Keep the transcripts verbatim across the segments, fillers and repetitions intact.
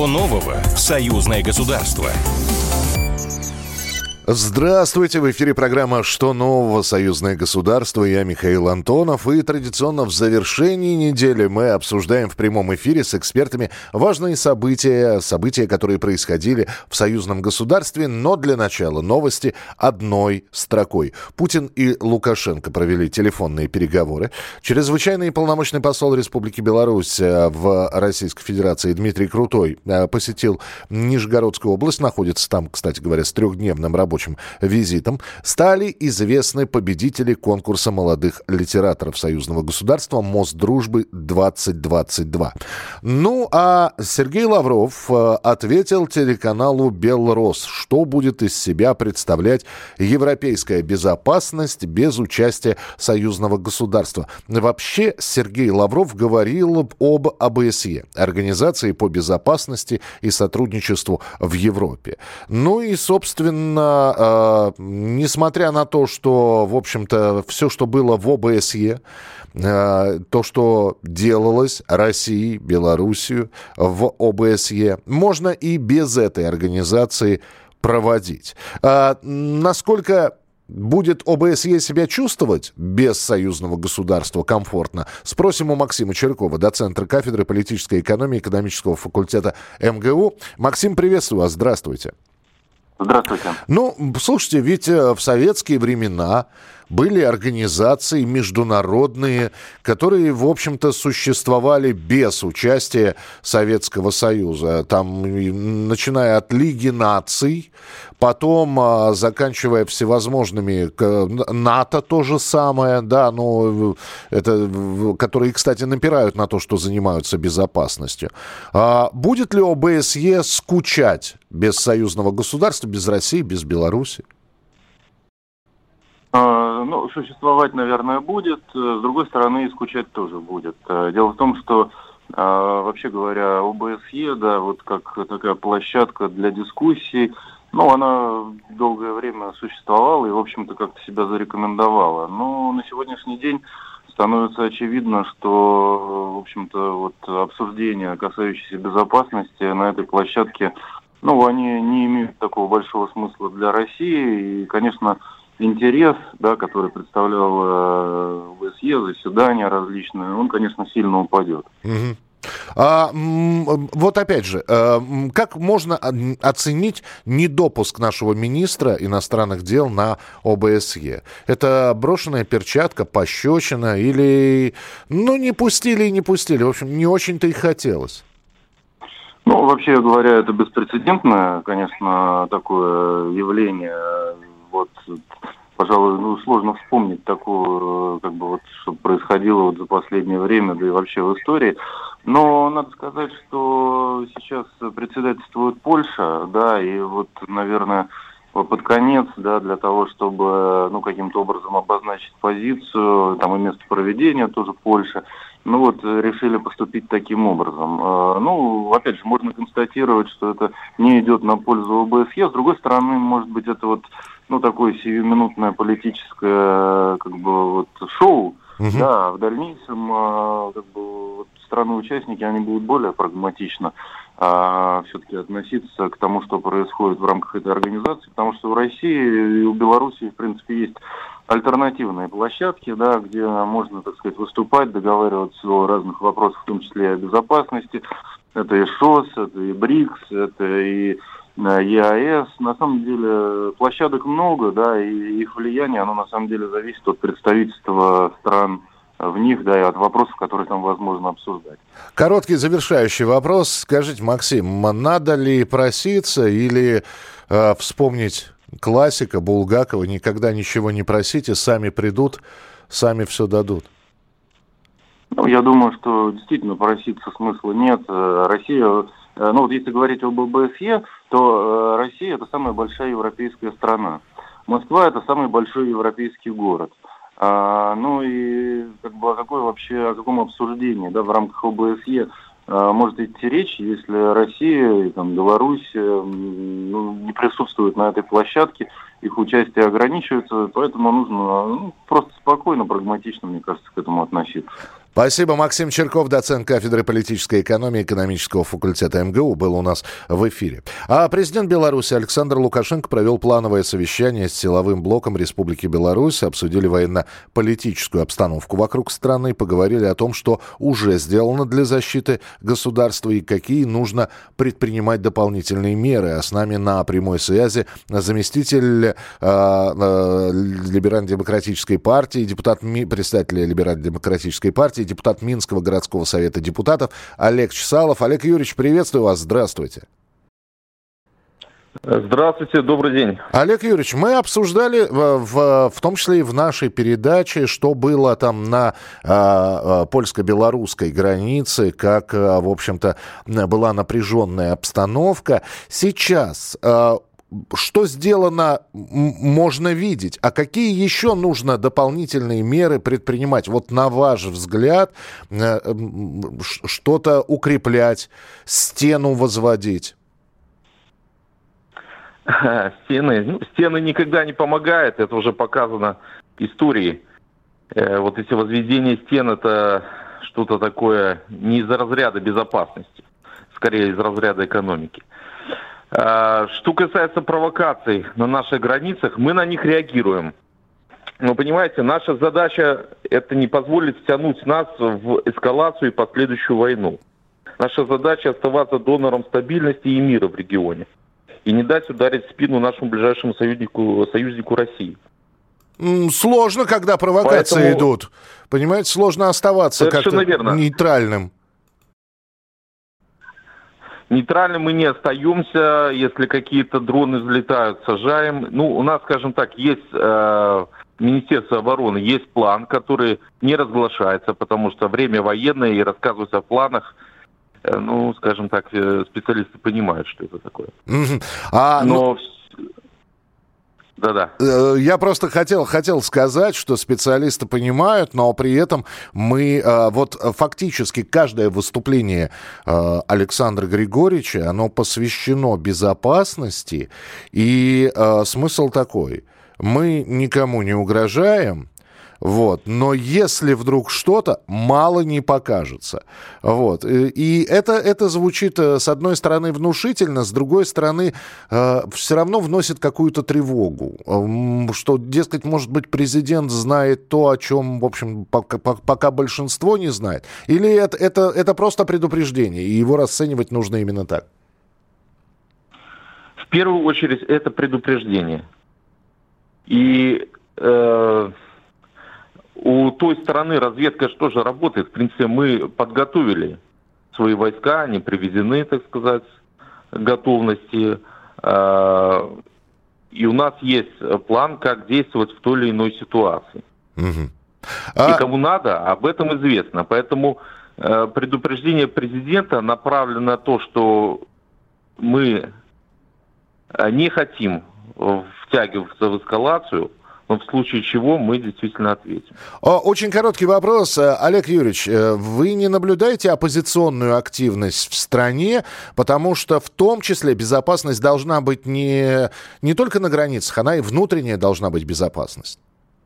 нового в союзное государство? Здравствуйте, в эфире программа «Что нового? Союзное государство». Я Михаил Антонов. И традиционно в завершении недели мы обсуждаем в прямом эфире с экспертами важные события, события, которые происходили в союзном государстве. Но для начала новости одной строкой. Путин и Лукашенко провели телефонные переговоры. Чрезвычайный полномочный посол Республики Беларусь в Российской Федерации Дмитрий Крутой посетил Нижегородскую область. Находится там, кстати говоря, с трехдневным рабочим визитом. Стали известны победители конкурса молодых литераторов союзного государства «Мост дружбы двадцать двадцать два». Ну, а Сергей Лавров ответил телеканалу «Белрос», что будет из себя представлять европейская безопасность без участия союзного государства. Вообще, Сергей Лавров говорил об ОБСЕ, Организации по безопасности и сотрудничеству в Европе. Ну и, собственно, Uh, несмотря на то, что, в общем-то, все, что было в ОБСЕ, uh, то, что делалось Россией, Белоруссией в ОБСЕ, можно и без этой организации проводить. Uh, насколько будет ОБСЕ себя чувствовать без союзного государства комфортно? Спросим у Максима Черкова, доцента кафедры политической экономии экономического факультета МГУ. Максим, приветствую вас, здравствуйте. Здравствуйте. Ну, слушайте, ведь в советские времена были организации международные, которые, в общем-то, существовали без участия Советского Союза. Там, начиная от Лиги наций, потом заканчивая всевозможными, НАТО то же самое, да, ну, это, которые, кстати, напирают на то, что занимаются безопасностью. А будет ли ОБСЕ скучать без союзного государства, без России, без Беларуси? Ну, существовать, наверное, будет. С другой стороны, и скучать тоже будет. Дело в том, что, вообще говоря, ОБСЕ, да, вот как такая площадка для дискуссий, ну, она долгое время существовала и, в общем-то, как-то себя зарекомендовала. Но на сегодняшний день становится очевидно, что, в общем-то, вот обсуждения, касающиеся безопасности на этой площадке, ну, они не имеют такого большого смысла для России. И, конечно, интерес, да, который представлял э, ОБСЕ, заседания различные, он, конечно, сильно упадет. Угу. А, вот опять же, как можно оценить недопуск нашего министра иностранных дел на ОБСЕ? Это брошенная перчатка, пощечина или, ну, не пустили и не пустили? В общем, не очень-то и хотелось. Ну, вообще говоря, это беспрецедентное, конечно, такое явление. Вот, пожалуй, ну, сложно вспомнить такую, как бы вот, что происходило вот за последнее время, да и вообще в истории. Но надо сказать, что сейчас председательствует Польша, да, и вот, наверное, под конец, да, для того, чтобы, ну, каким-то образом обозначить позицию, там и место проведения тоже Польша, ну вот, решили поступить таким образом. Ну, опять же, можно констатировать, что это не идет на пользу ОБСЕ. С другой стороны, может быть, это вот, ну, такое сиюминутное политическое, как бы, вот, шоу, угу. Да, в дальнейшем, как бы, вот, страны-участники, они будут более прагматично а, все-таки относиться к тому, что происходит в рамках этой организации, потому что в России и у Беларуси, в принципе, есть альтернативные площадки, да, где можно, так сказать, выступать, договариваться о разных вопросах, в том числе и о безопасности. Это и ШОС, это и БРИКС, это и ЕАЭС. На самом деле площадок много, да, и их влияние, оно на самом деле зависит от представительства стран в них, да, и от вопросов, которые там возможно обсуждать. Короткий завершающий вопрос. Скажите, Максим, надо ли проситься или э, вспомнить классика Булгакова: «Никогда ничего не просите, сами придут, сами все дадут»? Ну, я думаю, что действительно проситься смысла нет. Россия, ну вот если говорить об ОБСЕ, то Россия — это самая большая европейская страна. Москва — это самый большой европейский город. А, ну и как бы о какой вообще, о каком обсуждении, да, в рамках ОБСЕ а, может идти речь, если Россия и там, Беларусь ну, не присутствуют на этой площадке, их участие ограничивается, поэтому нужно ну, просто спокойно, прагматично, мне кажется, к этому относиться. Спасибо. Максим Черков, доцент кафедры политической экономии экономического факультета эм гэ у, был у нас в эфире. А президент Беларуси Александр Лукашенко провел плановое совещание с силовым блоком Республики Беларусь, обсудили военно-политическую обстановку вокруг страны, поговорили о том, что уже сделано для защиты государства и какие нужно предпринимать дополнительные меры. А с нами на прямой связи заместитель э, э, Либерально-демократической партии, депутат, председателя Либерально-демократической партии, депутат Минского городского совета депутатов Олег Чесалов. Олег Юрьевич, приветствую вас. Здравствуйте. Здравствуйте, добрый день. Олег Юрьевич, мы обсуждали, в, в, в том числе и в нашей передаче, что было там на э, польско-белорусской границе, как, э, в общем-то, была напряженная обстановка. Сейчас э, что сделано, можно видеть, а какие еще нужно дополнительные меры предпринимать? Вот на ваш взгляд, э, что-то укреплять, стену возводить? Стены, ну, стены никогда не помогают, это уже показано историей. Э, вот эти возведения стен, это что-то такое не из разряда безопасности, скорее из разряда экономики. Э, что касается провокаций на наших границах, мы на них реагируем. Но понимаете, наша задача это не позволить втянуть нас в эскалацию и последующую войну. Наша задача оставаться донором стабильности и мира в регионе. И не дать ударить в спину нашему ближайшему союзнику, союзнику России. Сложно, когда провокации Поэтому... идут. Понимаете, сложно оставаться как-то верно. нейтральным. Нейтральным мы не остаемся. Если какие-то дроны взлетают, сажаем. Ну, у нас, скажем так, есть э, Министерство обороны, есть план, который не разглашается, потому что время военное и рассказывать о планах. Ну, скажем так, специалисты понимают, что это такое. А, Но... ну... Да-да. Я просто хотел, хотел сказать, что специалисты понимают, но при этом мы, вот фактически каждое выступление Александра Григорьевича, оно посвящено безопасности, и смысл такой: мы никому не угрожаем, вот. Но если вдруг что-то, мало не покажется. Вот. И это, это звучит, с одной стороны, внушительно, с другой стороны, э, все равно вносит какую-то тревогу. Э, что, дескать, может быть, президент знает то, о чем, в общем, пока, пока большинство не знает. Или это, это, это просто предупреждение, и его расценивать нужно именно так? В первую очередь, это предупреждение. И... Э... У той стороны разведка что же работает? В принципе, мы подготовили свои войска, они приведены, так сказать, к готовности. И у нас есть план, как действовать в той или иной ситуации. Угу. А... И кому надо, об этом известно. Поэтому предупреждение президента направлено на то, что мы не хотим втягиваться в эскалацию, но в случае чего мы действительно ответим. Очень короткий вопрос. Олег Юрьевич, вы не наблюдаете оппозиционную активность в стране, потому что в том числе безопасность должна быть не, не только на границах, она и внутренняя должна быть безопасность?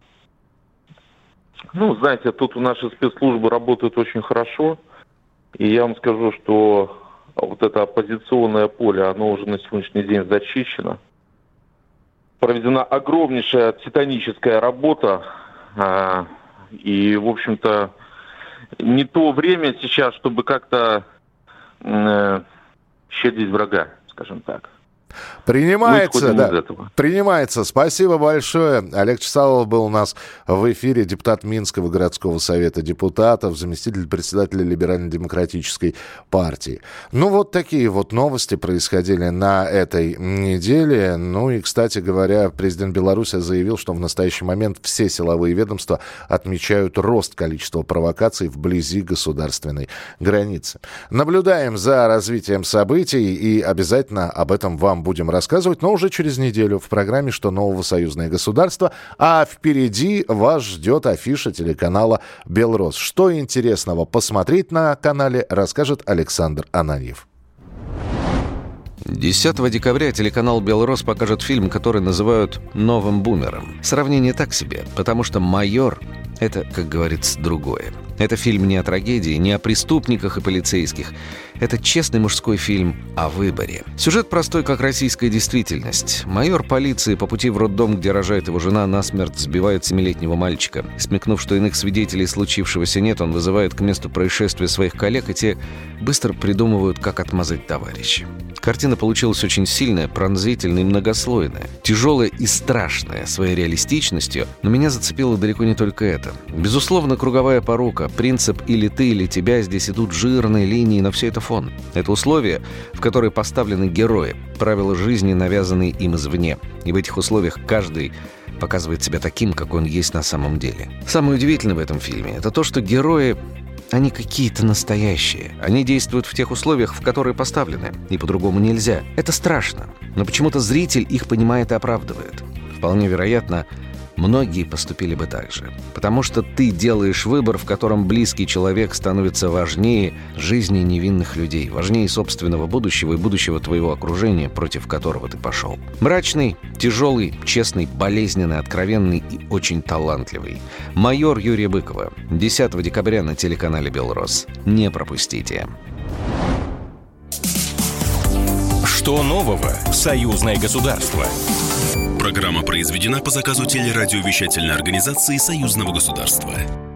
Ну, знаете, тут наши спецслужбы работают очень хорошо. И я вам скажу, что вот это оппозиционное поле, оно уже на сегодняшний день зачищено. Проведена огромнейшая титаническая работа, э, и, в общем-то, не то время сейчас, чтобы как-то э, щадить врага, скажем так. Принимается, да. Принимается. Спасибо большое. Олег Чесалов был у нас в эфире, депутат Минского городского совета депутатов, заместитель председателя Либерально-демократической партии. Ну, вот такие вот новости происходили на этой неделе. Ну и, кстати говоря, президент Беларуси заявил, что в настоящий момент все силовые ведомства отмечают рост количества провокаций вблизи государственной границы. Наблюдаем за развитием событий и обязательно об этом вам будем рассказывать, но уже через неделю в программе «Что нового? Союзное государство». А впереди вас ждет афиша телеканала «Белрос». Что интересного посмотреть на канале, расскажет Александр Ананьев. десятого декабря телеканал «Белрос» покажет фильм, который называют «Новым бумером». Сравнение так себе, потому что «Майор» — это, как говорится, другое. Это фильм не о трагедии, не о преступниках и полицейских. Это честный мужской фильм о выборе. Сюжет простой, как российская действительность. Майор полиции по пути в роддом, где рожает его жена, насмерть сбивает семилетнего мальчика. Смекнув, что иных свидетелей случившегося нет, он вызывает к месту происшествия своих коллег, и те быстро придумывают, как отмазать товарища. Картина получилась очень сильная, пронзительная и многослойная. Тяжелая и страшная своей реалистичностью, но меня зацепило далеко не только это. Безусловно, круговая порука, принцип «или ты, или тебя» здесь идут жирные линии, но все это фон. Это условия, в которые поставлены герои, правила жизни, навязанные им извне. И в этих условиях каждый показывает себя таким, как он есть на самом деле. Самое удивительное в этом фильме – это то, что герои... Они какие-то настоящие. Они действуют в тех условиях, в которые поставлены. И по-другому нельзя. Это страшно. Но почему-то зритель их понимает и оправдывает. Вполне вероятно, многие поступили бы так же. Потому что ты делаешь выбор, в котором близкий человек становится важнее жизни невинных людей, важнее собственного будущего и будущего твоего окружения, против которого ты пошел. Мрачный, тяжелый, честный, болезненный, откровенный и очень талантливый. «Майор» Юрия Быкова. десятого декабря на телеканале «Белрос». Не пропустите. Что нового в «Союзное государство»? Программа произведена по заказу телерадиовещательной организации Союзного государства.